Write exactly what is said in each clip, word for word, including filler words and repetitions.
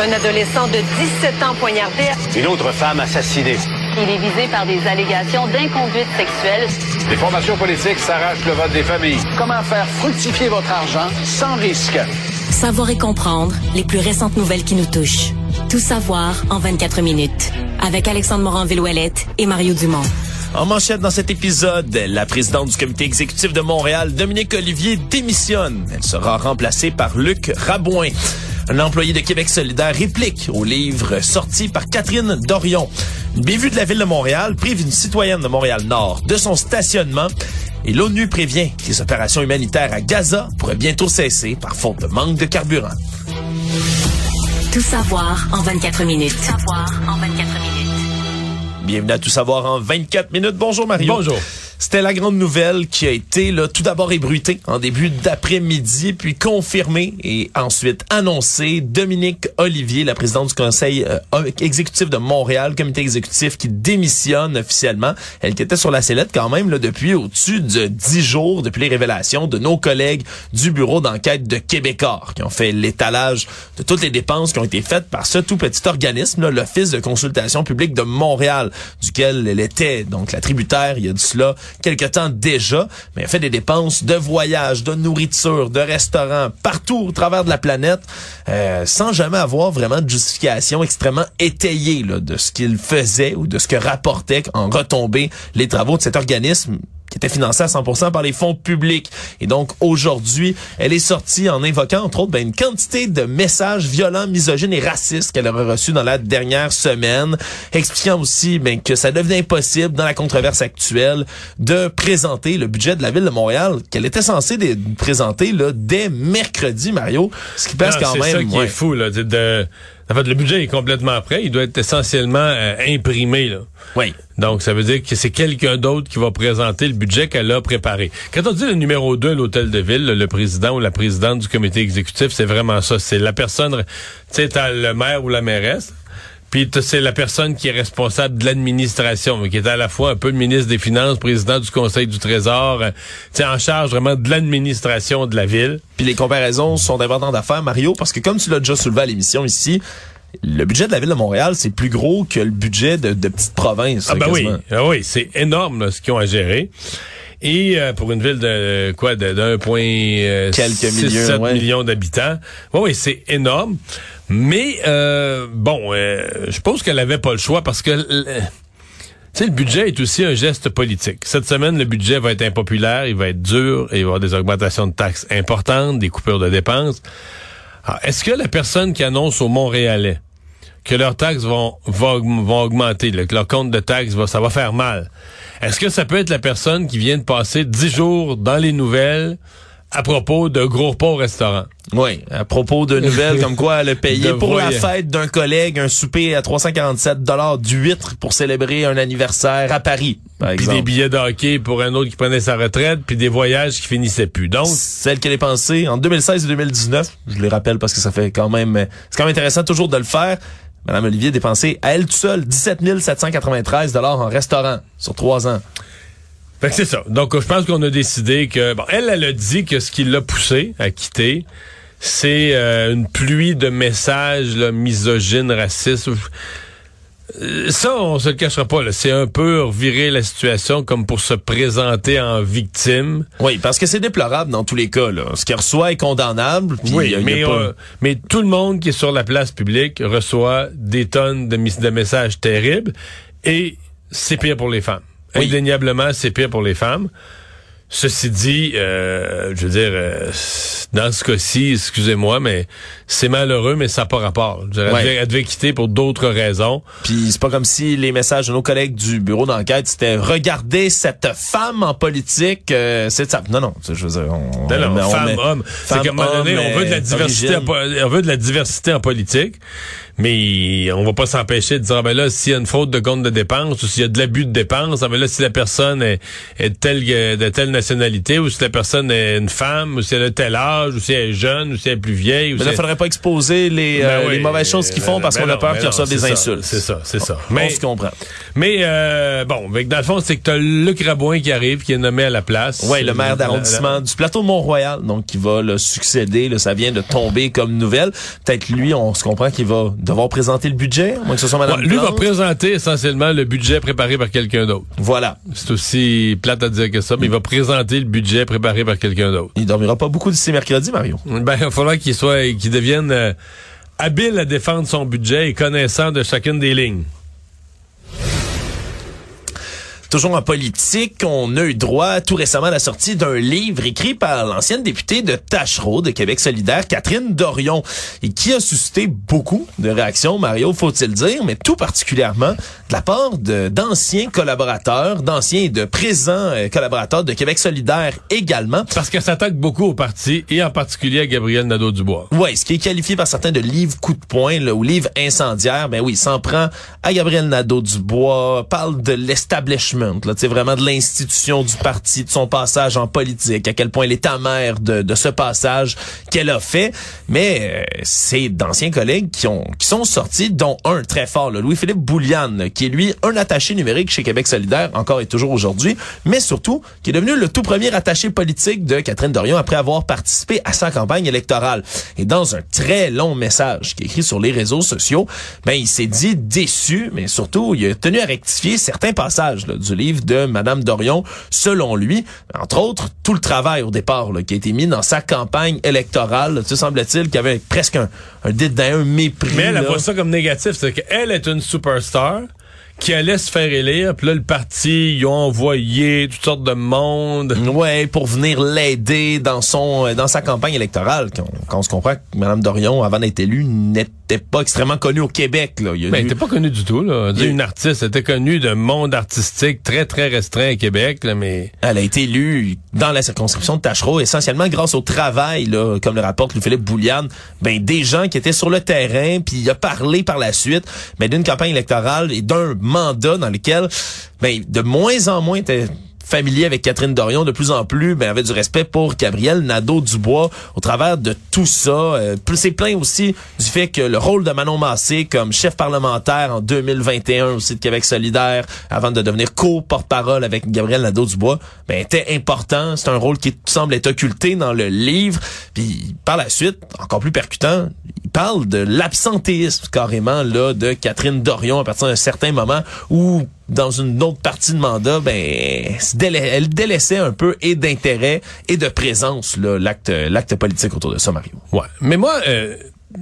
Un adolescent de dix-sept ans poignardé. Une autre femme assassinée. Il est visé par des allégations d'inconduite sexuelle. Les formations politiques s'arrachent le vote des familles. Comment faire fructifier votre argent sans risque? Savoir et comprendre les plus récentes nouvelles qui nous touchent. Tout savoir en vingt-quatre minutes. Avec Alexandre Morin-Villouellette et Mario Dumont. En manchette dans cet épisode, la présidente du comité exécutif de Montréal, Dominique Olivier, démissionne. Elle sera remplacée par Luc Rabouin. Un employé de Québec solidaire réplique au livre sorti par Catherine Dorion. Une bévue de la ville de Montréal prive une citoyenne de Montréal-Nord de son stationnement. Et l'ONU prévient que les opérations humanitaires à Gaza pourraient bientôt cesser par faute de manque de carburant. Tout savoir en vingt-quatre minutes. Tout savoir en vingt-quatre minutes. Bienvenue à Tout savoir en vingt-quatre minutes. Bonjour Mario. Bonjour. C'était la grande nouvelle qui a été là, tout d'abord ébruitée en début d'après-midi, puis confirmée et ensuite annoncée. Dominique Olivier, la présidente du conseil euh, exécutif de Montréal, comité exécutif qui démissionne officiellement. Elle qui était sur la sellette quand même là, depuis au-dessus de dix jours, depuis les révélations de nos collègues du bureau d'enquête de Québécois, qui ont fait l'étalage de toutes les dépenses qui ont été faites par ce tout petit organisme, là, l'Office de consultation publique de Montréal, duquel elle était donc la tributaire il y a de cela quelque temps déjà, mais elle fait des dépenses de voyage, de nourriture, de restaurants, partout au travers de la planète, euh, sans jamais avoir vraiment de justification extrêmement étayée là, de ce qu'il faisait ou de ce que rapportaient en retombées les travaux de cet organisme qui était financé à cent pour cent par les fonds publics. Et donc, aujourd'hui, elle est sortie en invoquant, entre autres, ben, une quantité de messages violents, misogynes et racistes qu'elle aurait reçus dans la dernière semaine, expliquant aussi ben, que ça devenait impossible, dans la controverse actuelle, de présenter le budget de la Ville de Montréal, qu'elle était censée de présenter là, dès mercredi, Mario, ce qui passe non, quand c'est même... C'est ça qui ouais. est fou, là, de... de... En fait, le budget est complètement prêt. Il doit être essentiellement euh, imprimé, là. Oui. Donc, ça veut dire que c'est quelqu'un d'autre qui va présenter le budget qu'elle a préparé. Quand on dit le numéro deux à l'hôtel de ville, le président ou la présidente du comité exécutif, c'est vraiment ça. C'est la personne, tu sais, t'as le maire ou la mairesse, puis c'est la personne qui est responsable de l'administration, qui est à la fois un peu le ministre des Finances, président du Conseil du Trésor, euh, tu sais, en charge vraiment de l'administration de la ville. Puis les comparaisons sont importantes à faire, Mario, parce que comme tu l'as déjà soulevé à l'émission ici, le budget de la Ville de Montréal, c'est plus gros que le budget de, de petites provinces. Ah ben quasiment. oui, ah oui, c'est énorme là, ce qu'ils ont à gérer. Et euh, pour une ville de quoi, de d'un point six sept ouais. millions d'habitants, oui, oui, c'est énorme. Mais euh, bon, euh, je pense qu'elle avait pas le choix parce que euh, tu sais, le budget est aussi un geste politique. Cette semaine, le budget va être impopulaire, il va être dur, et il va y avoir des augmentations de taxes importantes, des coupures de dépenses. Alors, est-ce que la personne qui annonce aux Montréalais que leurs taxes vont, vont, vont augmenter, là, que leur compte de taxes, va, ça va faire mal, est-ce que ça peut être la personne qui vient de passer dix jours dans les nouvelles à propos de gros repas au restaurant? Oui, à propos de nouvelles comme quoi elle a payé de pour voyer. la fête d'un collègue un souper à trois cent quarante-sept dollars d'huîtres pour célébrer un anniversaire à Paris, par Puis exemple. des billets de hockey pour un autre qui prenait sa retraite, puis des voyages qui finissaient plus. Donc, celle qu'elle a dépensée en deux mille seize et deux mille dix-neuf, je les rappelle parce que ça fait quand même, c'est quand même intéressant toujours de le faire. Madame Olivier a dépensé à elle toute seule dix-sept mille sept cent quatre-vingt-treize dollars en restaurant sur trois ans. fait que c'est ça. Donc, je pense qu'on a décidé que... Bon, elle, elle a dit que ce qui l'a poussé à quitter, c'est euh, une pluie de messages là, misogynes, racistes. Ça, on se le cachera pas. Là. C'est un peu revirer la situation comme pour se présenter en victime. Oui, parce que c'est déplorable dans tous les cas. Là. Ce qu'elle reçoit est condamnable. Puis oui, y a, mais, y a pas... euh, mais tout le monde qui est sur la place publique reçoit des tonnes de, de messages terribles et c'est pire pour les femmes. Oui. Indéniablement, c'est pire pour les femmes. Ceci dit, euh, je veux dire, euh, dans ce cas-ci, excusez-moi, mais c'est malheureux, mais ça n'a pas rapport. Je dirais, ouais. elle, devait, elle devait quitter pour d'autres raisons. Puis c'est pas comme si les messages de nos collègues du bureau d'enquête, c'était « Regardez cette femme en politique, euh, c'est ça. » Non, non, je veux dire... On, non, non, on, femme, on met, homme. C'est qu'à un moment donné, on veut de la diversité en, on veut de la diversité en politique, Mais on va pas s'empêcher de dire, ah ben là, s'il y a une faute de compte de dépenses ou s'il y a de l'abus de dépenses, ah ben là, si la personne est, est de, telle, de telle nationalité ou si la personne est une femme ou si elle a tel âge ou si elle est jeune ou si elle est plus vieille. Ou mais là, il faudrait pas exposer les, ben euh, oui, les mauvaises choses qu'ils font parce ben qu'on non, a peur qu'ils reçoivent des ça, insultes. C'est ça, c'est ça. On Mais, se comprend. Mais euh, bon, dans le fond, c'est que t'as Luc Rabouin qui arrive, qui est nommé à la place. Oui, le maire d'arrondissement du plateau de Mont-Royal, donc qui va le succéder. Là, ça vient de tomber comme nouvelle. Peut-être lui, on se comprend qu'il va devoir présenter le budget, à moins que ce soit Mme ouais, lui va présenter essentiellement le budget préparé par quelqu'un d'autre. Voilà. C'est aussi plate à dire que ça, mais il va présenter le budget préparé par quelqu'un d'autre. Il dormira pas beaucoup d'ici mercredi, Mario. Ben, il va falloir qu'il soit, qu'il devienne euh, habile à défendre son budget et connaissant de chacune des lignes. Toujours en politique, on a eu droit tout récemment à la sortie d'un livre écrit par l'ancienne députée de Tachereau de Québec solidaire, Catherine Dorion, et qui a suscité beaucoup de réactions, Mario, faut-il dire, mais tout particulièrement de la part de, d'anciens collaborateurs, d'anciens et de présents euh, collaborateurs de Québec solidaire également. Parce qu'elle s'attaque beaucoup au parti et en particulier à Gabriel Nadeau-Dubois. Oui, ce qui est qualifié par certains de livre coup de poing là, ou livre incendiaire, ben oui, s'en prend à Gabriel Nadeau-Dubois, parle de l'establishment. Là, vraiment de l'institution du parti, de son passage en politique, à quel point elle est amère de, de ce passage qu'elle a fait. Mais euh, c'est d'anciens collègues qui ont qui sont sortis, dont un très fort, là, Louis-Philippe Bouliane, qui est lui un attaché numérique chez Québec solidaire, encore et toujours aujourd'hui, mais surtout qui est devenu le tout premier attaché politique de Catherine Dorion après avoir participé à sa campagne électorale. Et dans un très long message qui est écrit sur les réseaux sociaux, ben il s'est dit déçu, mais surtout il a tenu à rectifier certains passages là, du livre de Madame Dorion, selon lui, entre autres, tout le travail au départ là, qui a été mis dans sa campagne électorale, là, tu sais, semble-t-il qu'il y avait presque un, un dédain, un mépris. Mais elle, là. elle voit ça comme négatif, c'est qu'elle est une superstar qui allait se faire élire, puis là, le parti, ils ont envoyé toutes sortes de monde. Ouais, pour venir l'aider dans son dans sa campagne électorale. Quand, quand on se comprend que Mme Dorion, avant d'être élue, n'était pas extrêmement connue au Québec. Là. Il y a ben, eu... elle n'était pas connue du tout. Là. Il... Une artiste, elle était connue d'un monde artistique très, très restreint à Québec. Là, mais elle a été élue dans la circonscription de Tachereau, essentiellement grâce au travail, là, comme le rapporte Louis-Philippe Bouliane, ben, des gens qui étaient sur le terrain, puis il a parlé par la suite ben, d'une campagne électorale et d'un mandat dans lequel ben, de moins en moins était familier avec Catherine Dorion, de plus en plus ben, avait du respect pour Gabriel Nadeau-Dubois au travers de tout ça. Euh, c'est plein aussi du fait que le rôle de Manon Massé comme chef parlementaire en deux mille vingt et un aussi de Québec solidaire, avant de devenir co-porte-parole avec Gabriel Nadeau-Dubois, ben, était important. C'est un rôle qui semble être occulté dans le livre. Puis par la suite, encore plus percutant, il parle de l'absentéisme carrément là de Catherine Dorion à partir d'un certain moment où dans une autre partie de mandat, ben, elle délaissait un peu et d'intérêt et de présence là, l'acte, l'acte politique autour de ça, Mario. Ouais, mais moi, euh,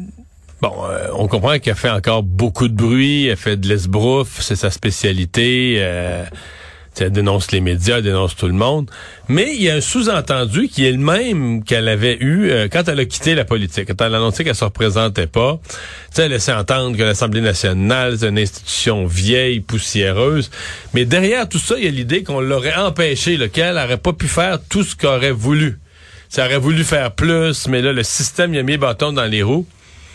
bon, euh, on comprend qu'elle fait encore beaucoup de bruit, elle fait de l'esbrouf, c'est sa spécialité. Euh, elle dénonce les médias, elle dénonce tout le monde. Mais il y a un sous-entendu qui est le même qu'elle avait eu euh, quand elle a quitté la politique. Quand elle a annoncé qu'elle se représentait pas, elle laissait entendre que l'Assemblée nationale, c'est une institution vieille, poussiéreuse. Mais derrière tout ça, il y a l'idée qu'on l'aurait empêché, là, qu'elle n'aurait pas pu faire tout ce qu'elle aurait voulu. Ça aurait voulu faire plus, mais là, le système, il a mis bâton dans les roues.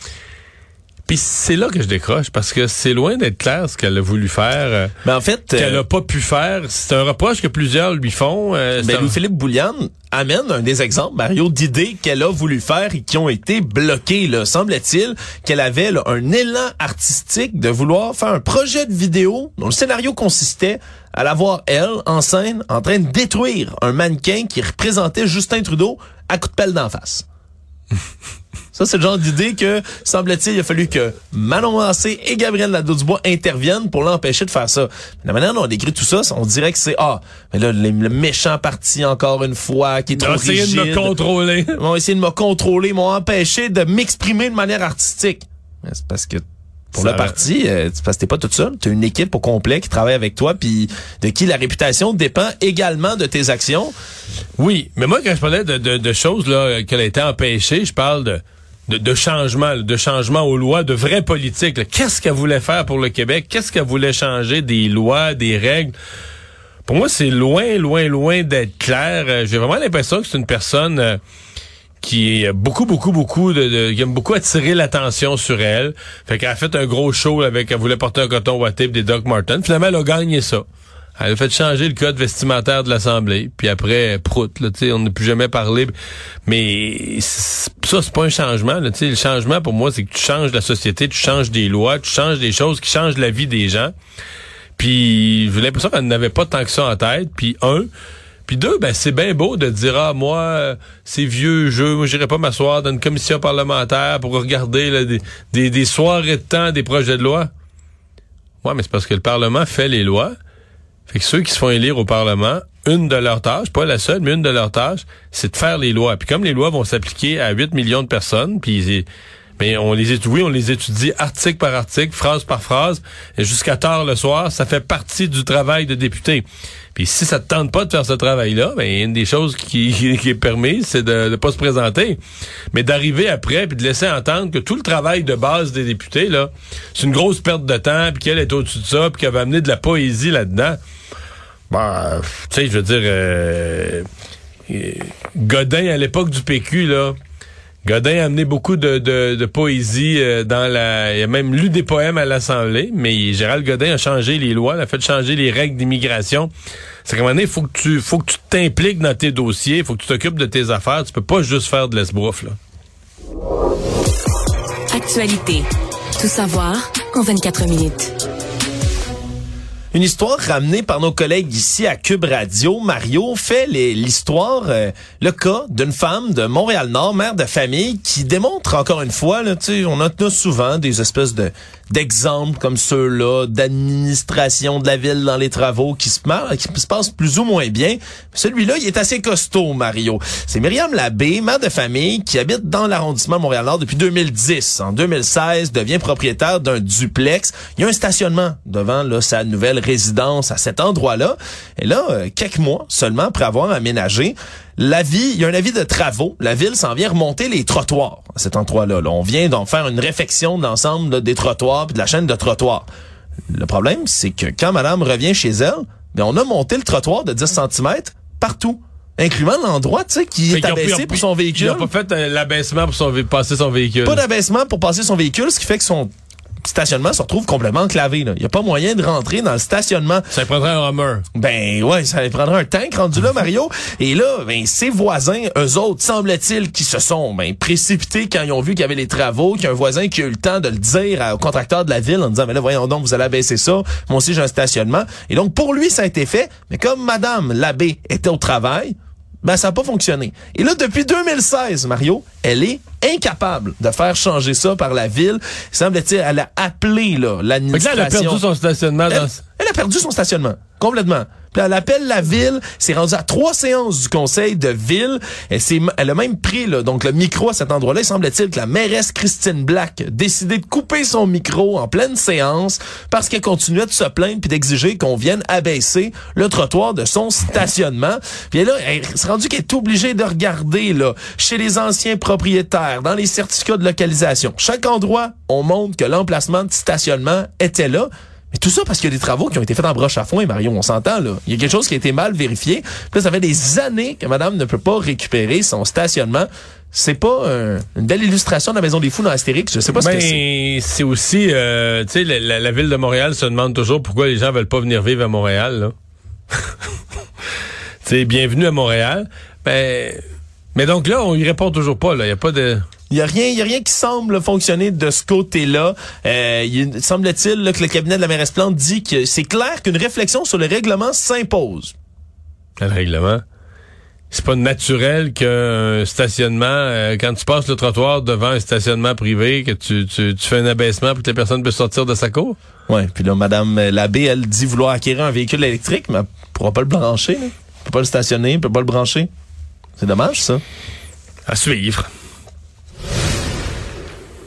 Puis c'est là que je décroche, parce que c'est loin d'être clair ce qu'elle a voulu faire, mais en fait, qu'elle euh, a pas pu faire. C'est un reproche que plusieurs lui font. Euh, ben, un... Louis-Philippe Bouliane amène un des exemples, Mario, d'idées qu'elle a voulu faire et qui ont été bloquées. Là. Semble-t-il qu'elle avait là, un élan artistique de vouloir faire un projet de vidéo dont le scénario consistait à la voir, elle, en scène, en train de détruire un mannequin qui représentait Justin Trudeau à coups de pelle d'en face. Ça, c'est le genre d'idée que, semble-t-il, il a fallu que Manon Massé et Gabriel Nadeau-Dubois interviennent pour l'empêcher de faire ça. Mais la manière dont on décrit tout ça, on dirait que c'est, ah, mais là, le, le méchant parti, encore une fois, qui est trop rigide. Ils ont essayé de me contrôler. Ils ont essayé de me contrôler, ils m'ont empêché de m'exprimer de manière artistique. Mais c'est parce que, pour ça le parti, euh, c'est parce que t'es pas toute seule. T'as une équipe au complet qui travaille avec toi, puis de qui la réputation dépend également de tes actions. Oui, mais moi, quand je parlais de, de, de choses là qu'elle a été empêchée, je parle de De, de changement, de changement aux lois, de vraies politiques. Là. Qu'est-ce qu'elle voulait faire pour le Québec? Qu'est-ce qu'elle voulait changer? Des lois, des règles? Pour moi, c'est loin, loin, loin d'être clair. Euh, j'ai vraiment l'impression que c'est une personne euh, qui est beaucoup, beaucoup, beaucoup de, de qui aime beaucoup attirer l'attention sur elle. Fait qu'elle a fait un gros show avec, elle voulait porter un coton ouaté pis des Doc Martens. Finalement, elle a gagné ça. Elle a fait changer le code vestimentaire de l'Assemblée. Puis après, prout, là, tu sais, on n'a plus jamais parlé. Mais ça, c'est pas un changement, là, tu sais. Le changement, pour moi, c'est que tu changes la société, tu changes des lois, tu changes des choses qui changent la vie des gens. Puis j'ai l'impression qu'elle n'avait pas tant que ça en tête. Puis un... Puis deux, ben c'est bien beau de dire ah moi euh, c'est vieux jeu, moi j'irai pas m'asseoir dans une commission parlementaire pour regarder là, des, des des soirées de temps des projets de loi. Ouais, mais c'est parce que le Parlement fait les lois. Fait que ceux qui se font élire au Parlement, une de leurs tâches, pas la seule, mais une de leurs tâches, c'est de faire les lois. Puis comme les lois vont s'appliquer à huit millions de personnes, puis mais on les étudie, oui, on les étudie article par article, phrase par phrase, et jusqu'à tard le soir, ça fait partie du travail de député. Puis si ça te tente pas de faire ce travail-là, ben une des choses qui, qui, qui est permise, c'est de ne pas se présenter. Mais d'arriver après puis de laisser entendre que tout le travail de base des députés, là, c'est une grosse perte de temps, puis qu'elle est au-dessus de ça, puis qu'elle va amener de la poésie là-dedans. Ben, tu sais, je veux dire, euh, Godin, à l'époque du P Q, là, Godin a amené beaucoup de, de, de poésie euh, dans la... Il a même lu des poèmes à l'Assemblée, mais Gérald Godin a changé les lois, il a fait changer les règles d'immigration. C'est qu'à un moment donné, il faut que tu faut que tu t'impliques dans tes dossiers, il faut que tu t'occupes de tes affaires. Tu peux pas juste faire de l'esbrouf, là. Actualité. Tout savoir en vingt-quatre minutes. Une histoire ramenée par nos collègues ici à Cube Radio. Mario fait les, l'histoire, euh, le cas d'une femme de Montréal-Nord, mère de famille, qui démontre encore une fois, là, tu sais, on en a souvent des espèces de d'exemples comme ceux-là, d'administration de la ville dans les travaux qui se, mar- qui se passent plus ou moins bien. Celui-là, il est assez costaud, Mario. C'est Myriam Labbé, mère de famille, qui habite dans l'arrondissement de Montréal-Nord depuis deux mille dix. En deux mille seize, devient propriétaire d'un duplex. Il y a un stationnement devant là, sa nouvelle résidence à cet endroit-là. Et là, euh, quelques mois seulement après avoir aménagé, l'avis, il y a un avis de travaux. La ville s'en vient remonter les trottoirs à cet endroit-là. Là, on vient d'en faire une réfection de l'ensemble là, des trottoirs puis de la chaîne de trottoirs. Le problème, c'est que quand madame revient chez elle, bien, on a monté le trottoir de dix centimètres partout, incluant l'endroit, tu sais, qui est abaissé pu, pour son véhicule. Il n'a pas fait euh, l'abaissement pour son, passer son véhicule. Pas d'abaissement pour passer son véhicule, ce qui fait que son stationnement se retrouve complètement enclavé. Il n'y a pas moyen de rentrer dans le stationnement. Ça prendrait un Hummer. Ben ouais, ça prendrait un tank rendu là, Mario. Et là, ben ses voisins, eux autres, semble-t-il, qui se sont ben précipités quand ils ont vu qu'il y avait les travaux, qu'il y a un voisin qui a eu le temps de le dire au contracteur de la ville en disant, mais là, voyons donc, vous allez abaisser ça. Moi aussi, j'ai un stationnement. Et donc, pour lui, ça a été fait. Mais comme madame Labbé était au travail, ben ça n'a pas fonctionné. Et là, depuis deux mille seize, Mario, elle est incapable de faire changer ça par la ville. Semble-t-il, elle a appelé là, l'administration. Là, elle a perdu son stationnement. Elle, dans... elle a perdu son stationnement, complètement. Puis elle appelle la ville, c'est rendu à trois séances du conseil de ville. Elle, s'est, elle a même pris là, donc le micro à cet endroit-là. Il semble-t-il que la mairesse Christine Black a décidé de couper son micro en pleine séance parce qu'elle continuait de se plaindre puis d'exiger qu'on vienne abaisser le trottoir de son stationnement. Puis là, elle s'est rendue qu'elle est obligée de regarder là chez les anciens propriétaires, dans les certificats de localisation. Chaque endroit, on montre que l'emplacement de stationnement était là. Mais tout ça parce qu'il y a des travaux qui ont été faits en broche à foin, Mario, on s'entend, là. Il y a quelque chose qui a été mal vérifié. Puis là, ça fait des années que madame ne peut pas récupérer son stationnement. C'est pas euh, une belle illustration de la Maison des Fous dans Astérix. Je sais pas ce ben, que c'est. c'est aussi, euh, tu sais, la, la, la ville de Montréal se demande toujours pourquoi les gens veulent pas venir vivre à Montréal, là. Tu sais, bienvenue à Montréal. Ben, mais donc là, on y répond toujours pas, là. Il y a pas de... Il y a rien, il y a rien qui semble fonctionner de ce côté-là. Euh, il semble-t-il là, que le cabinet de la mairesse Plante dit que c'est clair qu'une réflexion sur le règlement s'impose. Le règlement? C'est pas naturel qu'un stationnement, euh, quand tu passes le trottoir devant un stationnement privé, que tu, tu, tu fais un abaissement pour que les personnes puissent sortir de sa cour? Ouais, puis là, madame Labbé, elle dit vouloir acquérir un véhicule électrique, mais elle pourra pas le brancher, là. Elle peut pas le stationner, elle peut pas le brancher. C'est dommage, ça. À suivre.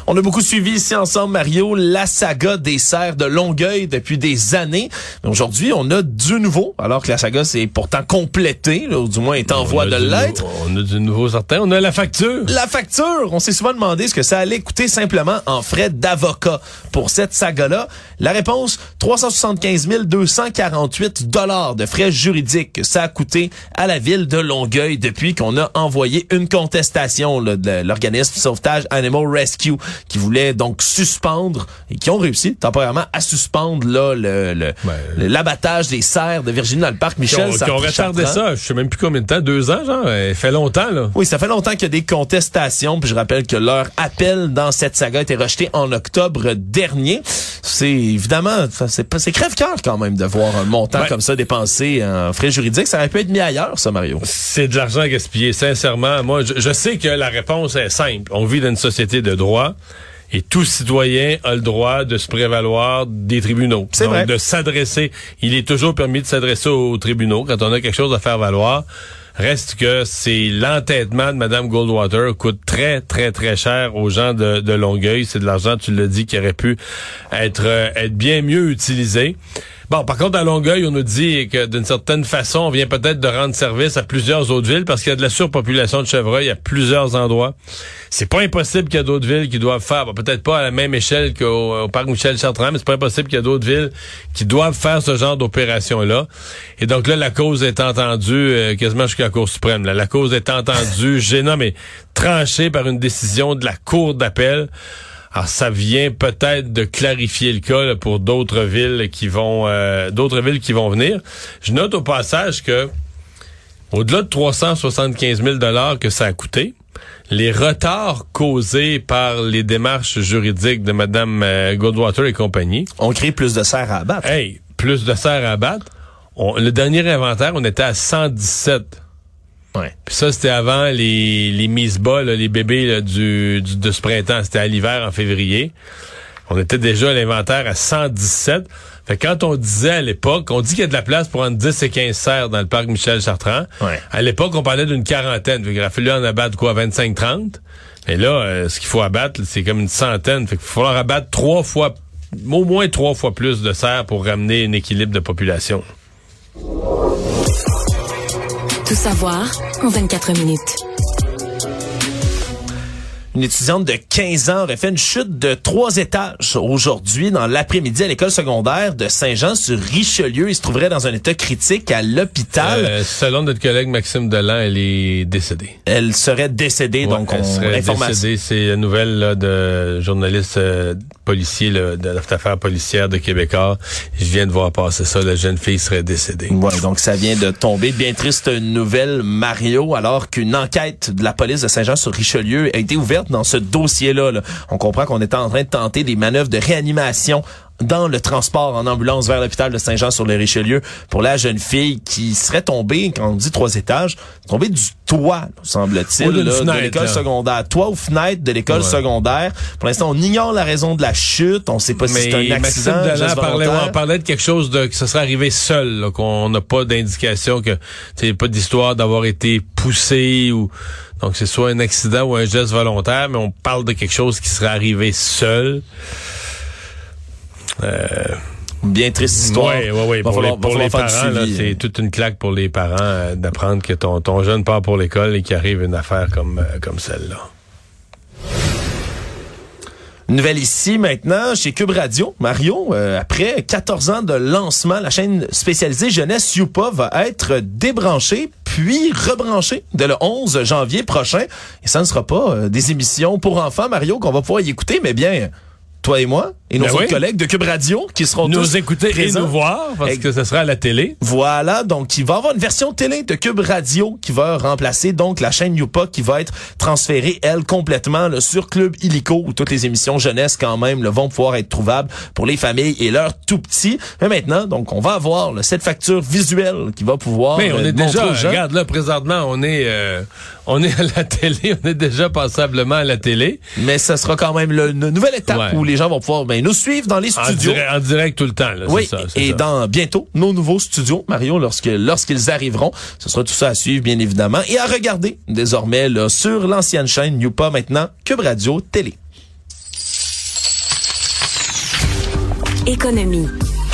On a beaucoup suivi ici ensemble, Mario, la saga des serres de Longueuil depuis des années. Mais aujourd'hui, on a du nouveau, alors que la saga s'est pourtant complétée, là, ou du moins est en on voie de l'être. On a du nouveau certain. On a la facture. La facture! On s'est souvent demandé ce que ça allait coûter simplement en frais d'avocat pour cette saga-là. La réponse, trois cent soixante-quinze mille deux cent quarante-huit dollars de frais juridiques que ça a coûté à la ville de Longueuil depuis qu'on a envoyé une contestation là, de l'organisme Sauvetage Animal Rescue qui voulait donc suspendre et qui ont réussi temporairement à suspendre là le, le, ben, le l'abattage des cerfs de Virginie dans le parc Michel. Qui ont retardé ça, je sais même plus combien de temps, deux ans genre, ça fait longtemps là. Oui, ça fait longtemps qu'il y a des contestations, puis je rappelle que leur appel dans cette saga a été rejeté en octobre dernier. C'est évidemment, c'est c'est crève-cœur quand même de voir un montant ben, comme ça dépensé en frais juridiques. Ça aurait pu être mis ailleurs, ça, Mario. C'est de l'argent gaspillé, sincèrement. Moi, je, je sais que la réponse est simple. On vit dans une société de droit. Et tout citoyen a le droit de se prévaloir des tribunaux. C'est Donc, vrai. de s'adresser. Il est toujours permis de s'adresser aux tribunaux quand on a quelque chose à faire valoir. Reste que c'est l'entêtement de Mme Goldwater coûte très, très, très cher aux gens de, de Longueuil. C'est de l'argent, tu l'as dit, qui aurait pu être, être bien mieux utilisé. Bon, par contre, à Longueuil, on nous dit que d'une certaine façon, on vient peut-être de rendre service à plusieurs autres villes parce qu'il y a de la surpopulation de chevreuils à plusieurs endroits. C'est pas impossible qu'il y a d'autres villes qui doivent faire, bon, peut-être pas à la même échelle qu'au au parc Michel-Chartrand, mais c'est pas impossible qu'il y a d'autres villes qui doivent faire ce genre d'opération-là. Et donc là, la cause est entendue euh, quasiment jusqu'à la Cour suprême. Là. La cause est entendue, j'ai non, mais tranchée par une décision de la Cour d'appel. Alors, ça vient peut-être de clarifier le cas là, pour d'autres villes qui vont euh, d'autres villes qui vont venir. Je note au passage que au-delà de trois cent soixante-quinze mille dollars que ça a coûté, les retards causés par les démarches juridiques de Mme euh, Goldwater et compagnie ont créé plus de serres à abattre. Hey, plus de serres à abattre. On, le dernier inventaire, on était à cent dix-sept. Ouais. Puis ça, c'était avant les, les mises bas, là, les bébés là, du, du, de ce printemps. C'était à l'hiver, en février. On était déjà à l'inventaire à cent dix-sept. Fait que quand on disait à l'époque, on dit qu'il y a de la place pour entre dix et quinze serres dans le parc Michel-Chartrand. Ouais. À l'époque, on parlait d'une quarantaine. Fait qu'il a fallu en abattre quoi, vingt-cinq trente. Et là, euh, ce qu'il faut abattre, c'est comme une centaine. Fait qu'il va falloir abattre trois fois, au moins trois fois plus de serres pour ramener un équilibre de population. Tout savoir en vingt-quatre minutes. Une étudiante de quinze ans aurait fait une chute de trois étages aujourd'hui dans l'après-midi à l'école secondaire de Saint-Jean-sur-Richelieu. Il se trouverait dans un état critique à l'hôpital. Euh, selon notre collègue Maxime Delan, elle est décédée. Elle serait décédée, ouais, donc elle on serait information. décédée. C'est la nouvelle là, de journaliste euh, policier là, de l'affaire policière de Québécois. Je viens de voir passer ça. La jeune fille serait décédée. Ouais, donc ça vient de tomber. Bien triste nouvelle, Mario, alors qu'une enquête de la police de Saint-Jean-sur-Richelieu a été ouverte dans ce dossier-là. Là. On comprend qu'on est en train de tenter des manœuvres de réanimation dans le transport en ambulance vers l'hôpital de Saint-Jean-sur-le-Richelieu pour la jeune fille qui serait tombée, quand on dit trois étages, tombée du toit, semble-t-il, là, fenêtre, de l'école là. secondaire. Toit ou fenêtre de l'école ouais. secondaire. Pour l'instant, on ignore la raison de la chute. On ne sait pas si c'est un accident. Maxime Delan parlait, volontaire. on parlait de quelque chose de que ça serait arrivé seul, là, qu'on n'a pas d'indication que c'est pas d'histoire d'avoir été poussé ou donc c'est soit un accident ou un geste volontaire, mais on parle de quelque chose qui serait arrivé seul. Euh, Bien triste histoire. Oui, oui, oui. Pour, falloir, les, pour les parents, là, suivi. c'est toute une claque pour les parents euh, d'apprendre que ton, ton jeune part pour l'école et qu'il arrive une affaire comme, euh, comme celle-là. Une nouvelle ici maintenant chez Cube Radio. Mario, euh, après quatorze ans de lancement, la chaîne spécialisée jeunesse Youpa va être débranchée puis rebranchée dès le onze janvier prochain. Et ça ne sera pas euh, des émissions pour enfants, Mario, qu'on va pouvoir y écouter, mais bien toi et moi et nos ben autres oui. collègues de Cube Radio qui seront nous tous écouter présents. et nous voir parce et que ce sera à la télé. Voilà, donc il va y avoir une version télé de Cube Radio qui va remplacer donc la chaîne Youpa qui va être transférée, elle, complètement là, sur Club Illico où toutes les émissions jeunesse quand même là, vont pouvoir être trouvables pour les familles et leurs tout-petits. Mais maintenant, donc on va avoir là, cette facture visuelle qui va pouvoir Mais on euh, est déjà, aux gens. regarde là, présentement, on est euh, on est à la télé, on est déjà passablement à la télé. Mais ça sera quand même le, une nouvelle étape Ouais. où les gens vont pouvoir ben, nous suivre dans les En, studios. direct, en direct tout le temps. Là, Oui, c'est ça, c'est et ça. dans bientôt, nos nouveaux studios, Mario, lorsque lorsqu'ils arriveront, ce sera tout ça à suivre, bien évidemment, et à regarder désormais là, sur l'ancienne chaîne Youpa, maintenant Cube Radio Télé. Économie.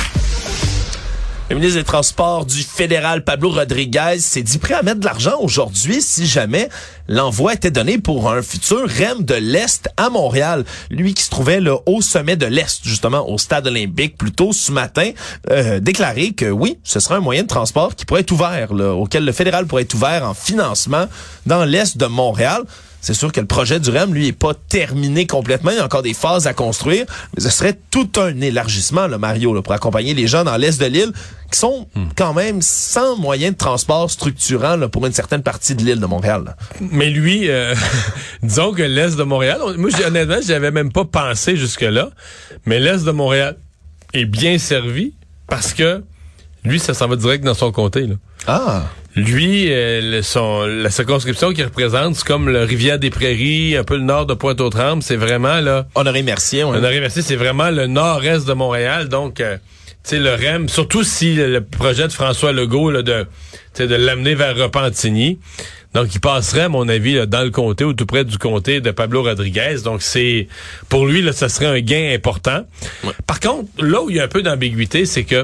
Le ministre des Transports du fédéral, Pablo Rodriguez, s'est dit prêt à mettre de l'argent aujourd'hui si jamais l'envoi était donné pour un futur R E M de l'Est à Montréal. Lui qui se trouvait là, au sommet de l'Est, justement, au stade olympique, plus tôt ce matin, euh, déclaré que oui, ce serait un moyen de transport qui pourrait être ouvert, là, auquel le fédéral pourrait être ouvert en financement dans l'Est de Montréal. C'est sûr que le projet du R E M, lui, est pas terminé complètement. Il y a encore des phases à construire. Mais ce serait tout un élargissement, là, Mario, là, pour accompagner les gens dans l'Est de l'île qui sont hmm. quand même sans moyen de transport structurant là, pour une certaine partie de l'île de Montréal. Là. Mais lui, euh, disons que l'Est de Montréal, on, moi, honnêtement, j'y avais même pas pensé jusque-là, mais l'Est de Montréal est bien servi parce que lui, ça s'en va direct dans son comté. Là. Ah! Lui, euh, le, son, la circonscription qu'il représente, c'est comme le Rivière-des-Prairies, un peu le nord de Pointe-aux-Trembles. C'est vraiment là... Honoré-Mercier, ouais. Honoré-Mercier, c'est vraiment le nord-est de Montréal. Donc, euh, tu sais, le R E M, surtout si le, le projet de François Legault, là, de, de l'amener vers Repentigny. Donc, il passerait, à mon avis, là, dans le comté ou tout près du comté de Pablo Rodriguez. Donc, c'est pour lui, là, ça serait un gain important. Ouais. Par contre, là où il y a un peu d'ambiguïté, c'est que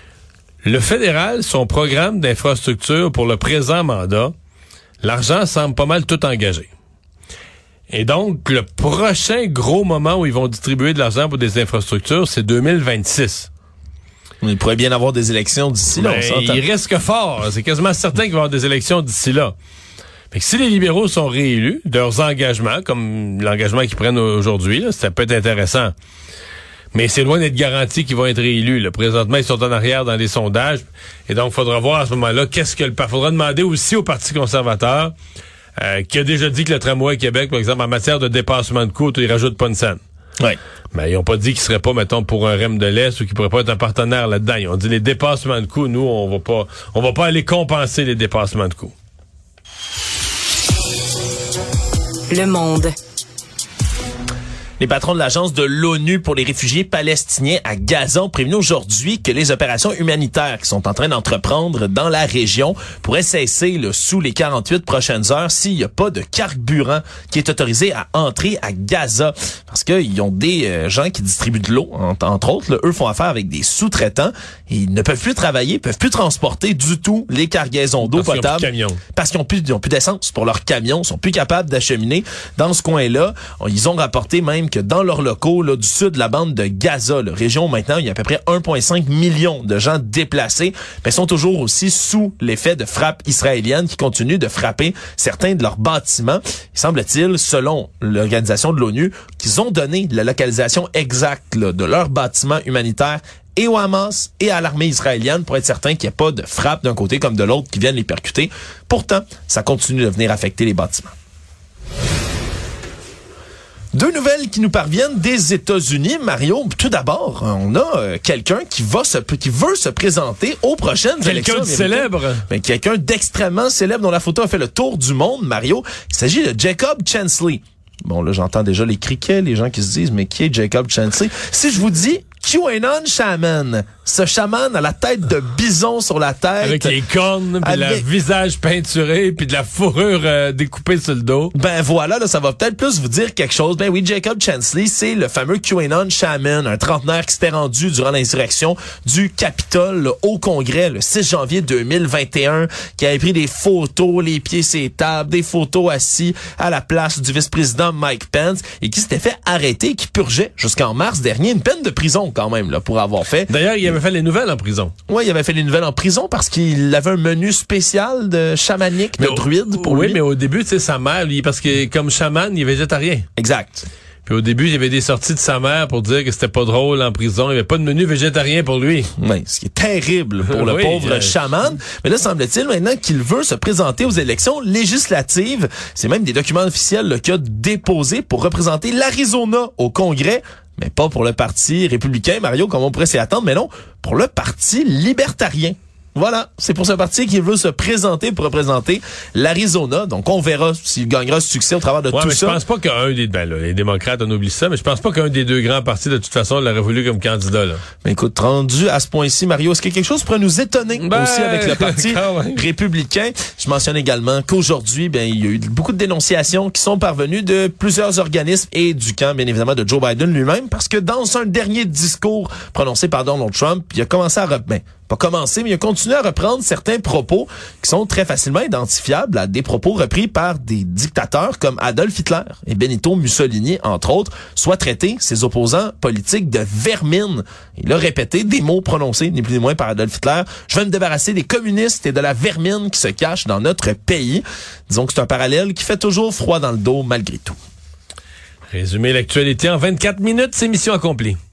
le fédéral, son programme d'infrastructure pour le présent mandat, l'argent semble pas mal tout engagé. Et donc, le prochain gros moment où ils vont distribuer de l'argent pour des infrastructures, c'est deux mille vingt-six. Il pourrait bien avoir des élections d'ici là, ben, on s'entend. Il risque fort. C'est quasiment certain qu'il va y avoir des élections d'ici là. Fait que si les libéraux sont réélus, leurs engagements, comme l'engagement qu'ils prennent aujourd'hui, là, ça peut être intéressant. Mais c'est loin d'être garanti qu'ils vont être réélus. Là. Présentement, ils sont en arrière dans les sondages. Et donc, il faudra voir à ce moment-là qu'est-ce que le... Il faudra demander aussi au Parti conservateur, euh, qui a déjà dit que le tramway à Québec, par exemple, en matière de dépassement de coûts, ils rajoutent pas une scène. Oui. Mais ils n'ont pas dit qu'ils seraient pas, mettons, pour un R E M de l'Est ou qu'ils pourraient pas être un partenaire là-dedans. Ils ont dit les dépassements de coûts, nous, on va pas, on va pas aller compenser les dépassements de coûts. Le Monde. Les patrons de l'Agence de l'ONU pour les réfugiés palestiniens à Gaza ont prévenu aujourd'hui que les opérations humanitaires qui sont en train d'entreprendre dans la région pourraient cesser là, sous les quarante-huit prochaines heures s'il n'y a pas de carburant qui est autorisé à entrer à Gaza. Parce qu'ils ont des euh, gens qui distribuent de l'eau, entre, entre autres. Là, eux font affaire avec des sous-traitants. Et ils ne peuvent plus travailler, peuvent plus transporter du tout les cargaisons d'eau parce potable. Qu'ils ont plus de parce qu'ils n'ont plus, ils ont plus d'essence pour leurs camions. Ils sont plus capables d'acheminer dans ce coin-là. Ils ont rapporté même que dans leurs locaux là, du sud de la bande de Gaza, la région maintenant, il y a à peu près un virgule cinq million de gens déplacés, mais sont toujours aussi sous l'effet de frappes israéliennes qui continuent de frapper certains de leurs bâtiments. Il semble-t-il, selon l'Organisation de l'ONU, qu'ils ont donné la localisation exacte là, de leurs bâtiments humanitaires et au Hamas et à l'armée israélienne pour être certain qu'il n'y ait pas de frappe d'un côté comme de l'autre qui viennent les percuter. Pourtant, ça continue de venir affecter les bâtiments. Deux nouvelles qui nous parviennent des États-Unis. Mario, tout d'abord, on a euh, quelqu'un qui va se, qui veut se présenter aux prochaines quelqu'un élections. Quelqu'un de célèbre. Ben, quelqu'un d'extrêmement célèbre dont la photo a fait le tour du monde, Mario. Il s'agit de Jacob Chansley. Bon, là, j'entends déjà les criquets, les gens qui se disent, mais qui est Jacob Chansley? Si je vous dis QAnon Shaman, ce chaman à la tête de bison sur la tête. Avec les cornes, puis avec... le visage peinturé, puis de la fourrure euh, découpée sur le dos. Ben voilà, là, ça va peut-être plus vous dire quelque chose. Ben oui, Jacob Chansley, c'est le fameux QAnon Shaman, un trentenaire qui s'était rendu durant l'insurrection du Capitole là, au Congrès le six janvier deux mille vingt et un, qui avait pris des photos, les pieds sur les tables, des photos assis à la place du vice-président Mike Pence, et qui s'était fait arrêter et qui purgeait jusqu'en mars dernier une peine de prison quand même là pour avoir fait. D'ailleurs, il avait fait les nouvelles en prison. Oui, il avait fait les nouvelles en prison parce qu'il avait un menu spécial de chamanique, de mais druide pour oui, lui. Oui, mais au début, tu sais, sa mère, lui, parce que comme chaman, il est végétarien. Exact. Puis au début, il y avait des sorties de sa mère pour dire que c'était pas drôle en prison. Il n'y avait pas de menu végétarien pour lui. Oui, ce qui est terrible pour le oui, pauvre euh... chaman. Mais là, semble-t-il maintenant qu'il veut se présenter aux élections législatives. C'est même des documents officiels là, qu'il a déposés pour représenter l'Arizona au Congrès. Mais pas pour le Parti républicain, Mario, comme on pourrait s'y attendre, mais non, pour le Parti libertarien. Voilà, c'est pour ce parti qu'il veut se présenter pour représenter l'Arizona. Donc, on verra s'il gagnera ce succès au travers de ouais, tout mais ça. Je pense pas qu'un des... Ben là, les démocrates, on oublie ça, mais je pense pas qu'un des deux grands partis, de toute façon, l'aurait voulu comme candidat. Là. Mais écoute, rendu à ce point-ci, Mario, est-ce qu'il y a quelque chose pourrait nous étonner ben, aussi avec le parti républicain? Je mentionne également qu'aujourd'hui, ben, il y a eu beaucoup de dénonciations qui sont parvenues de plusieurs organismes et du camp, bien évidemment, de Joe Biden lui-même, parce que dans un dernier discours prononcé par Donald Trump, il a commencé à... Ben, pas commencé, mais il a continué à reprendre certains propos qui sont très facilement identifiables à des propos repris par des dictateurs comme Adolf Hitler et Benito Mussolini, entre autres, soit traités, ses opposants politiques, de vermine. Il a répété des mots prononcés, ni plus ni moins, par Adolf Hitler. Je vais me débarrasser des communistes et de la vermine qui se cache dans notre pays. Disons que c'est un parallèle qui fait toujours froid dans le dos malgré tout. Résumer l'actualité en vingt-quatre minutes, c'est mission accomplie.